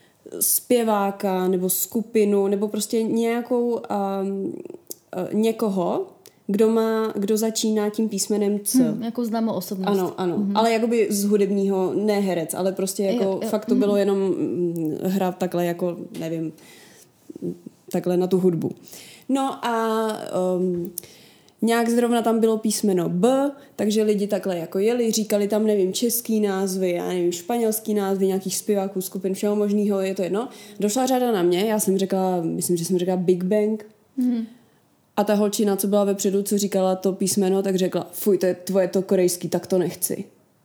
zpěváka nebo skupinu nebo prostě nějakou um, uh, někoho, kdo má, kdo začíná tím písmenem C. Hmm, jako známou osobnost. Ano, ano. Mm-hmm. Ale jakoby z hudebního, ne herec, ale prostě jako jo, jo. fakt to bylo jenom hra takhle jako, nevím, takhle na tu hudbu. No a um, nějak zrovna tam bylo písmeno B, takže lidi takhle jako jeli, říkali tam, nevím, český názvy, já nevím, španělský názvy, nějakých zpěváků, skupin, všeho možného, je to jedno. Došla řada na mě, já jsem řekla, myslím, že jsem řekla Big Bang. Mm. A ta holčina, co byla vepředu, co říkala to písmeno, tak řekla, fuj, to je tvoje to korejský, tak to nechci.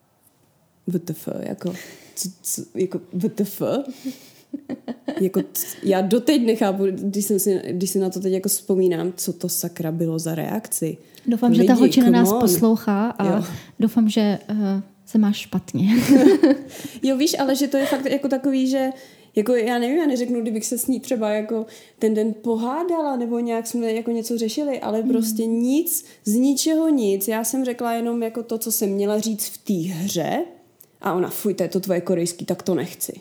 W T F, jako, co, co, jako W T F? Jako, já doteď nechápu, když, jsem si, když si na to teď jako vzpomínám, co to sakra bylo za reakci. Doufám, lidi, že ta holčina nás on. poslouchá a jo. Doufám, že uh, se máš špatně. Jo, víš, ale že to je fakt jako takový, že jako já nevím, já neřeknu, kdybych se s ní třeba jako ten den pohádala nebo nějak jsme jako něco řešili, ale prostě mm. nic, z ničeho nic. Já jsem řekla jenom jako to, co jsem měla říct v té hře a ona, fuj, to je to tvoje korejský, tak to nechci.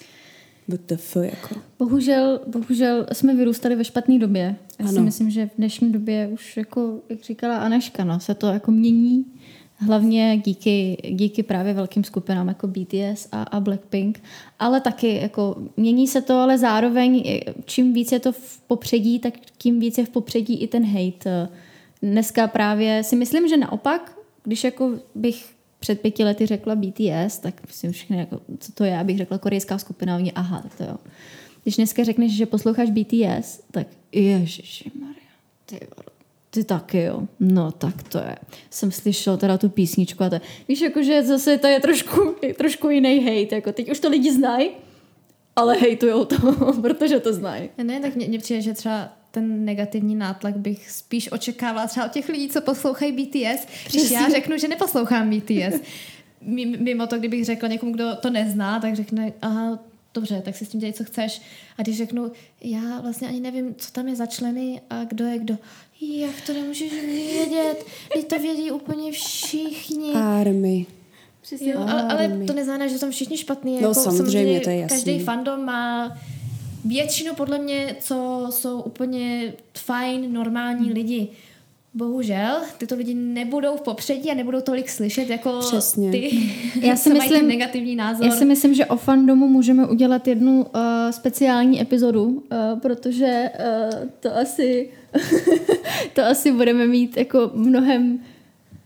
W T F, jako. Bohužel, bohužel jsme vyrůstali ve špatné době. Já ano. si myslím, že v dnešní době už, jako, jak říkala Aneška, no, se to jako mění. Hlavně díky, díky právě velkým skupinám jako B T S a, a Blackpink. Ale taky jako mění se to, ale zároveň čím víc je to v popředí, tak tím víc je v popředí i ten hate. Dneska právě si myslím, že naopak, když jako bych před pěti lety řekla B T S, tak myslím všechny, jako, co to je, abych řekla korejská skupina, oni, aha, tak to jo. Když dneska řekneš, že posloucháš B T S, tak ježišimarja, ty, ty taky jo, no tak to je. Jsem slyšela teda tu písničku a to je, víš, jakože zase to je trošku, je trošku jiný hejt, jako teď už to lidi znají, ale hejtujou to, protože to znají. Ne, tak mně přijde, že třeba ten negativní nátlak bych spíš očekávala třeba od těch lidí, co poslouchají B T S, když já řeknu, že neposlouchám B T S. Mimo to, kdybych řekla někomu, kdo to nezná, tak řekne, aha, dobře, tak si s tím dělej, co chceš. A když řeknu, já vlastně ani nevím, co tam je za členy a kdo je kdo. Jak to nemůžeš vědět? Teď to vědí úplně všichni. Army. Jo, ale, ale to neznamená, že jsou všichni špatný. No jako samozřejmě, to je jasný. Každý fandom má většinu podle mě, co jsou úplně fajn, normální lidi. Bohužel, tyto lidi nebudou v popředí a nebudou tolik slyšet jako Přesně. ty, já si co myslím, mají ten negativní názor. Já si myslím, že o fandomu můžeme udělat jednu uh, speciální epizodu, uh, protože uh, to asi to asi budeme mít jako mnohem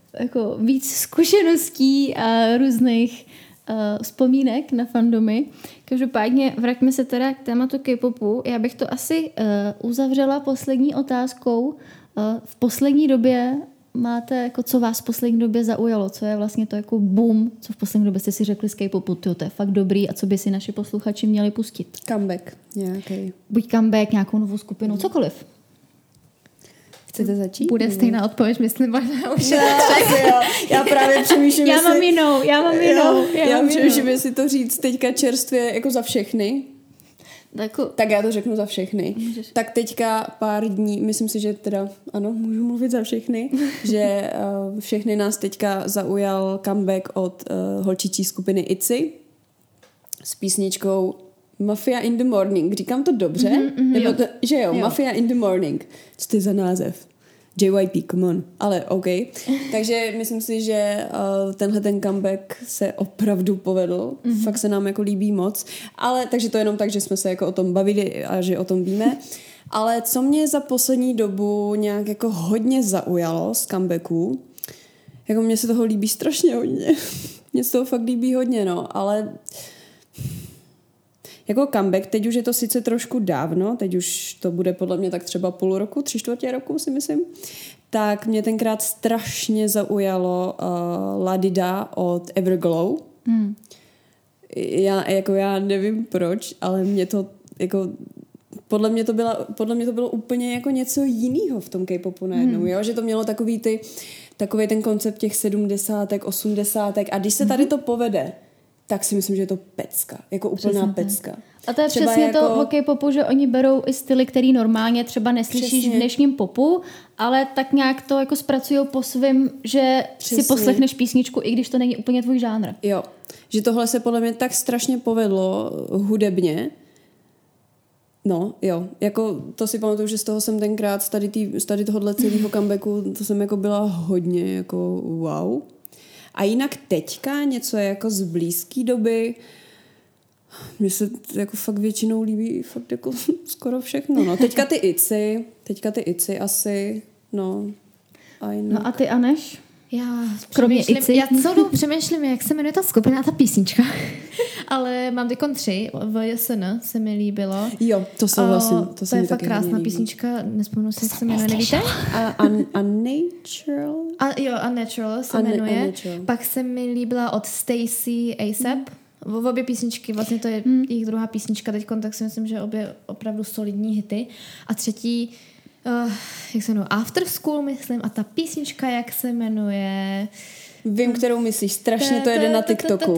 jako víc zkušeností a různých uh, vzpomínek na fandomy. Každopádně vraťme se teda k tématu K-popu. Já bych to asi uh, uzavřela poslední otázkou. Uh, v poslední době máte, jako co vás v poslední době zaujalo? Co je vlastně to jako boom, co v poslední době jste si řekli z K-popu? To je fakt dobrý a co by si naši posluchači měli pustit? Comeback nějaký. Buď comeback, nějakou novou skupinu, cokoliv. Chcete začít? Bude stejná odpověď, myslím, možná už. Já, já právě přemýšlím, Já jestli... mám jinou, já mám jinou. Já, já přemýšlím, jestli to říct teďka čerstvě jako za všechny. Jako... Tak já to řeknu za všechny. Můžeš. Tak teďka pár dní, myslím si, že teda, ano, můžu mluvit za všechny, že uh, všechny nás teďka zaujal comeback od uh, holčičí skupiny ITZY s písničkou Mafia in the Morning. Říkám to dobře? Mm-hmm, Nebo to, že jo, jo, Mafia in the Morning. Co to je za název? J Y P, come on. Ale OK. Takže myslím si, že uh, tenhle ten comeback se opravdu povedl. Mm-hmm. Fakt se nám jako líbí moc. Ale takže to jenom tak, že jsme se jako o tom bavili a že o tom víme. Ale co mě za poslední dobu nějak jako hodně zaujalo z comebacků, jako mně se toho líbí strašně hodně. Mně se toho fakt líbí hodně, no. Ale jako comeback, teď už je to sice trošku dávno, teď už to bude podle mě tak třeba půl roku, tři čtvrtě roku si myslím, tak mě tenkrát strašně zaujalo uh, La Dida od Everglow. Hmm. Já, jako já nevím proč, ale mě to jako podle mě to, byla, podle mě to bylo úplně jako něco jiného v tom K-popu najednou, hmm. jo? Že to mělo takový ty, takový ten koncept těch sedmdesátek, osmdesátek a když se tady to povede, tak si myslím, že je to pecka. Jako úplná přesně pecka. A to je třeba přesně jako... to v K-popu, že oni berou i styly, který normálně třeba neslyšíš přesně v dnešním popu, ale tak nějak to jako zpracujou po svým, že přesně si poslechneš písničku, i když to není úplně tvůj žánr. Jo. Že tohle se podle mě tak strašně povedlo hudebně. No, jo. Jako to si pamatuju, že z toho jsem tenkrát, z tady, tý, z tady tohohle celého comebacku, to jsem jako byla hodně jako wow. A jinak teďka něco jako z blízké doby, mně se jako fakt většinou líbí fakt jako skoro všechno. No. Teďka ty ITZY, teďka ty ITZY asi, no. A no a ty, Aneš? Já kromě ITZY? Já celou dobu přemýšlím, jak se jmenuje ta skupina a ta písnička. Ale mám teďkon tři. V J S N se mi líbilo. Jo, to souhlasím. To, to je fakt krásná písnička. Nespomenu si, jak se jmenuje, nevíte? Unnatural? A, jo, Unnatural se jmenuje. Unnatural. Pak se mi líbila od Stacy A$ap. V obě písničky, vlastně to je hmm. jejich druhá písnička teďkon, tak si myslím, že obě opravdu solidní hity. A třetí, uh, jak se jmenuje, After School, myslím. A ta písnička, jak se jmenuje... Vím, kterou myslíš. Strašně to jede na TikToku.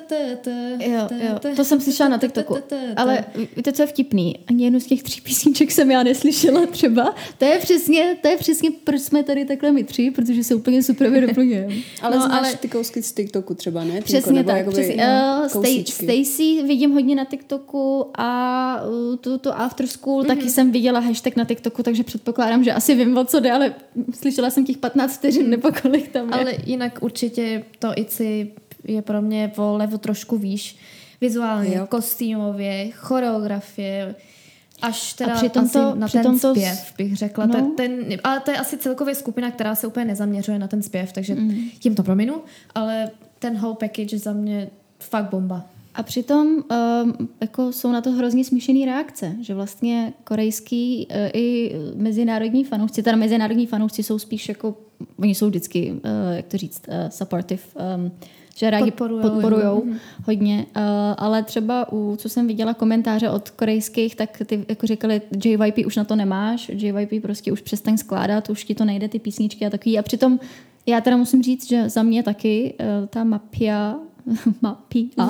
Jo, jo. To jsem slyšela na TikToku. Ale víte, co je vtipný? Ani jednu z těch tří písniček jsem já neslyšela třeba. To je přesně, to je přesně, proč jsme tady takhle my tři, protože se úplně super doplňujeme. Ale no, znáš ale... ty kousky z TikToku třeba, ne? Přesně tak. Přesně. Uh, Stacy vidím hodně na TikToku a uh, tu, tu After School mm-hmm. taky jsem viděla hashtag na TikToku, takže předpokládám, že asi vím, o co jde, ale slyšela jsem těch patnáct vteřin nebo kolik tam je. Ale jinak určitě to ITZY je pro mě o level trošku výš. Vizuálně, jo. Kostýmově, choreografie, až teda asi to, na ten to zpěv, bych řekla. No. Ten, ale to je asi celkově skupina, která se úplně nezaměřuje na ten zpěv, takže mm. tím to prominu, ale ten whole package za mě fakt bomba. A přitom um, jako jsou na to hrozně smíšený reakce, že vlastně korejský uh, i mezinárodní fanoušci, teda mezinárodní fanoušci jsou spíš jako, oni jsou vždycky, uh, jak to říct, uh, supportive, um, že rádi podporujou, podporujou hodně, uh, ale třeba u, co jsem viděla komentáře od korejských, tak ty jako říkali, J Y P už na to nemáš, J Y P prostě už přestaň skládat, už ti to nejde, ty písničky a takový. A přitom já teda musím říct, že za mě taky uh, ta Mapia Mapia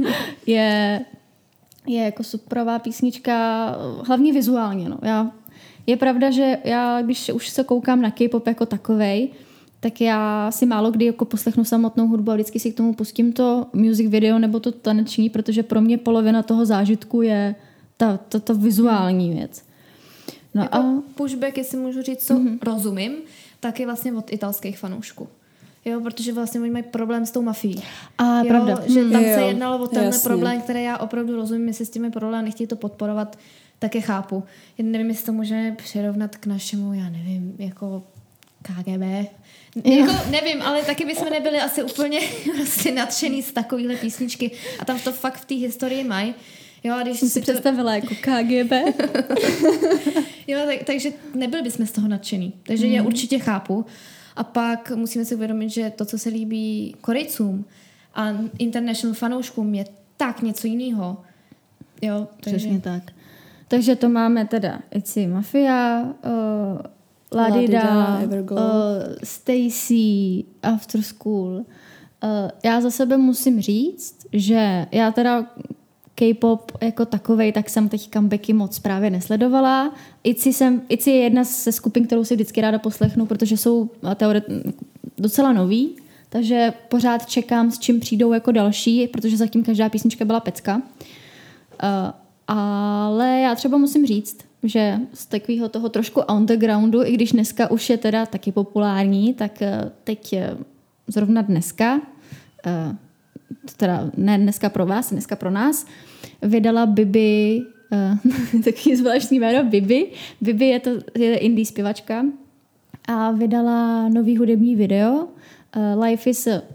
je, je jako superová písnička, hlavně vizuálně. No. Já, je pravda, že já, když už se koukám na K-pop jako takovej, tak já si málo kdy jako poslechnu samotnou hudbu a vždycky si k tomu pustím to music video nebo to taneční, protože pro mě polovina toho zážitku je ta, ta, ta vizuální věc. No jako a pushback, jestli můžu říct, co mm-hmm. rozumím, tak je vlastně od italských fanoušků. Jo, protože vlastně oni mají problém s tou mafií. A jo, pravda. Že tam jo, se jednalo o tenhle jasně. problém, který já opravdu rozumím, jestli s těmi problémy nechtějí to podporovat, tak je chápu. Já nevím, jestli to můžeme přirovnat k našemu, já nevím, jako K G B. Jako, nevím, ale taky bychom nebyli asi úplně prostě nadšený z takovýhle písničky a tam to fakt v té historii mají. Jo, a když jsem si to... představila jako K G B. Jo, tak, takže nebyli bychom z toho nadšený. Takže mm. je určitě chápu. A pak musíme si uvědomit, že to, co se líbí Korejcům a international fanouškům, je tak něco jiného. Jo, takže... Přesně tak. Takže to máme teda Itzy Mafia, uh, Ladida, uh, Stacy, After School. Uh, já za sebe musím říct, že já teda K-pop jako takovej, tak jsem teď comebacky moc právě nesledovala. Itzy, jsem, Itzy je jedna ze skupin, kterou si vždycky ráda poslechnu, protože jsou teoret- docela noví, takže pořád čekám, s čím přijdou jako další, protože zatím každá písnička byla pecka. Uh, ale já třeba musím říct, že z takového toho trošku undergroundu, i když dneska už je teda taky populární, tak uh, teď uh, zrovna dneska uh, teda ne dneska pro vás, dneska pro nás, vydala Bibi, uh, takový zvláštní jméno Bibi. Bibi je to je indie zpěvačka a vydala nový hudební video. Uh, Life is a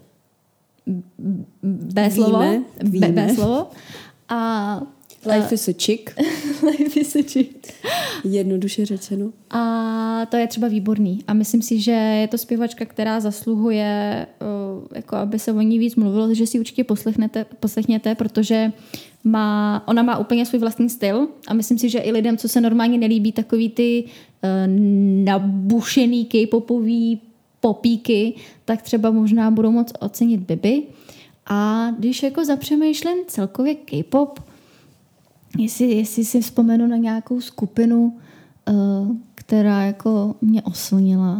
B slovo. Víme, víme. B, B slovo. A Life uh, is a chick. Life is a chick. Jednoduše řečeno. A to je třeba výborný. A myslím si, že je to zpěvačka, která zasluhuje, uh, jako aby se o ní víc mluvilo, že si určitě poslechnete, poslechněte, protože má, ona má úplně svůj vlastní styl a myslím si, že i lidem, co se normálně nelíbí takový ty uh, nabušený K-popový popíky, tak třeba možná budou moc ocenit Bibi. A když jako zapřemýšlím celkově K-pop, jestli, jestli si vzpomenu na nějakou skupinu, uh, která jako mě oslnila.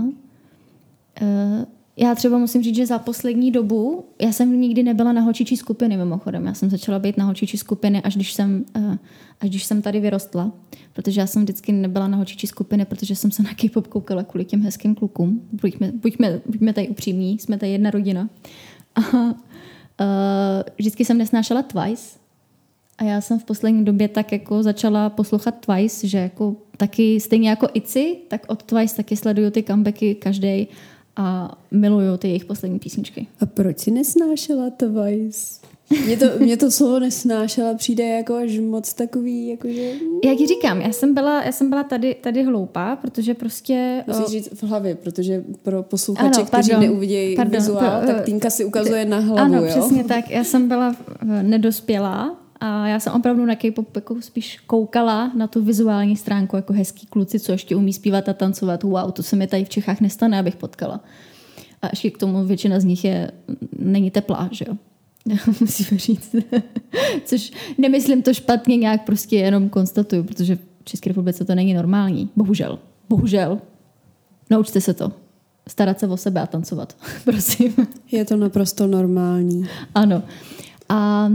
Uh, já třeba musím říct, že za poslední dobu, já jsem nikdy nebyla na holčičí skupiny mimochodem. Já jsem začala být na holčičí skupiny, až když jsem, uh, až když jsem tady vyrostla. Protože já jsem vždycky nebyla na holčičí skupiny, protože jsem se na K-pop koukala kvůli těm hezkým klukům. Buďme, buďme, buďme tady upřímní, jsme tady jedna rodina. A uh, vždycky jsem nesnášela Twice. A já jsem v poslední době tak jako začala poslouchat Twice, že jako taky stejně jako Itzy, tak od Twice taky sleduju ty comebacky každej a miluju ty jejich poslední písničky. A proč si nesnášela Twice? Mě to, mě to slovo nesnášela přijde jako až moc takový, jakože... Jak ti říkám, já jsem byla, já jsem byla tady, tady hloupá, protože prostě... Musíš o... říct v hlavě, protože pro posluchače, ano, kteří pardon, neuvidějí pardon, vizuál, pro, tak Týnka si ukazuje na hlavu, ano, jo? Ano, přesně tak. Já jsem byla nedospělá a já jsem opravdu na K-pop jako spíš koukala na tu vizuální stránku, jako hezký kluci, co ještě umí zpívat a tancovat. Wow, to se mi tady v Čechách nestane, abych potkala. A ještě k tomu většina z nich je, není teplá, že jo? Musím říct. Což nemyslím to špatně, nějak prostě jenom konstatuju, protože v České republice to není normální. Bohužel. Bohužel. Naučte se to. Starat se o sebe a tancovat. Prosím. Je to naprosto normální. Ano. A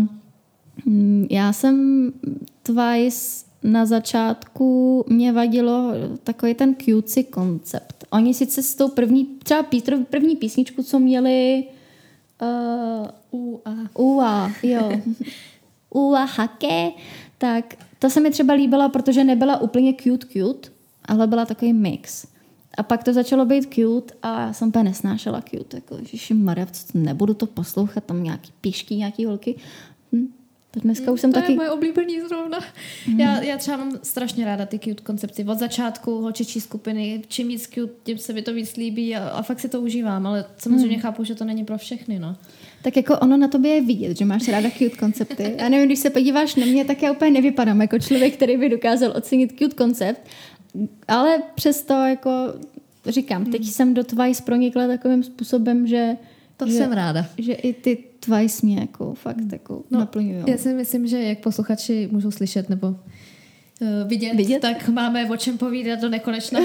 já jsem Twice na začátku mě vadilo takový ten cutesy koncept. Oni sice s tou první, třeba první písničku, co měli uh, Ua. Ua, jo. Ua hake, tak to se mi třeba líbila, protože nebyla úplně cute cute, ale byla takový mix. A pak to začalo být cute a já jsem úplně nesnášela cute. Jako, ježišmarja, nebudu to poslouchat, tam nějaký píšky, nějaký holky. Hm. Tak dneska už jsem to taky... je moje oblíbený zrovna. Mm. Já, já třeba mám strašně ráda ty cute koncepty. Od začátku holčičí skupiny, čím víc cute, tím se mi to víc líbí a, a fakt si to užívám, ale samozřejmě mm. chápu, že to není pro všechny, no. Tak jako ono na tobě je vidět, že máš ráda cute koncepty. Já nevím, když se podíváš na mě, tak já úplně nevypadám jako člověk, který by dokázal ocenit cute koncept, ale přesto jako říkám, teď mm. jsem do Twice pronikla takovým způsobem, že to že, jsem ráda. Že i ty Twice mě jako fakt jako no, naplňujou. Já si myslím, že jak posluchači můžou slyšet nebo uh, vidět, vidět, tak máme o čem povídat do nekonečna.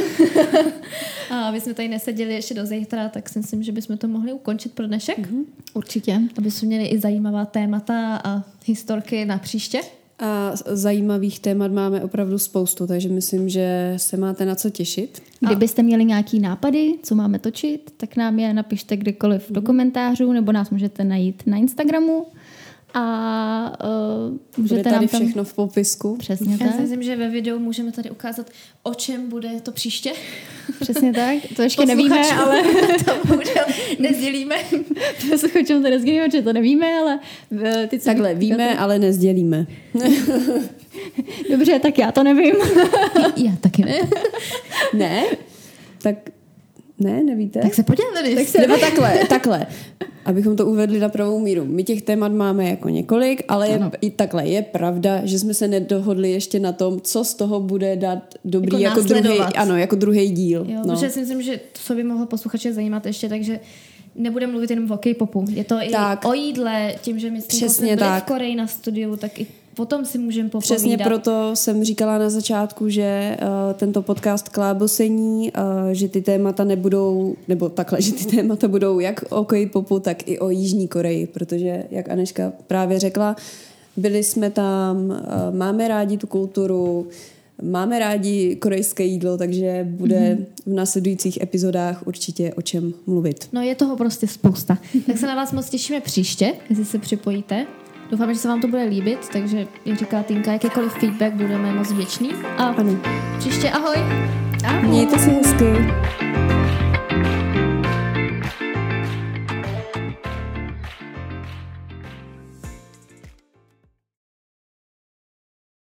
A aby jsme tady neseděli ještě do zítra, tak si myslím, že bychom to mohli ukončit pro dnešek. Mm-hmm. Určitě. Aby jsme měli i zajímavá témata a historky na příště. A zajímavých témat máme opravdu spoustu, takže myslím, že se máte na co těšit. Kdybyste měli nějaký nápady, co máme točit, tak nám je napište kdekoliv do komentářů, nebo nás můžete najít na Instagramu. a uh, můžete bude tady nám tam... všechno v popisku. Přesně Já tak. si myslím, že ve videu můžeme tady ukázat, o čem bude to příště. Přesně tak. To ještě nevíme, ale... to bohužel nezdělíme. Posluchačům to nezdělíme, že to nevíme, ale... Ty, co Takhle, víme, ale nezdělíme. Dobře, tak já to nevím. Já taky ne. Ne? Tak ne, nevíte? Tak se podívej. Tak se... Nebo takhle, takhle. Abychom to uvedli na pravou míru. My těch témat máme jako několik, ale je, i takhle je pravda, že jsme se nedohodli ještě na tom, co z toho bude dát dobrý Jako jako, druhý, ano, jako druhý díl. Jo, no. protože si myslím, že to by mohlo posluchače zajímat ještě, takže nebudeme mluvit jenom o K-popu. Je to i tak. o jídle, tím, že my jsme byli v Koreji na studiu, tak i potom si můžeme popovídat. Přesně proto jsem říkala na začátku, že uh, tento podcast Klábosení, uh, že ty témata nebudou, nebo takhle, že ty témata budou jak o K-popu, tak i o Jižní Koreji, protože, jak Anežka právě řekla, byli jsme tam, uh, máme rádi tu kulturu, máme rádi korejské jídlo, takže bude mm-hmm. v následujících epizodách určitě o čem mluvit. No je toho prostě spousta. Tak se na vás moc těšíme příště, jestli se připojíte. Doufám, že se vám to bude líbit, takže, jak říká Tinka, jakýkoliv feedback budeme moc vděční. A ano. příště ahoj! Ahoj. Mějte se hezky.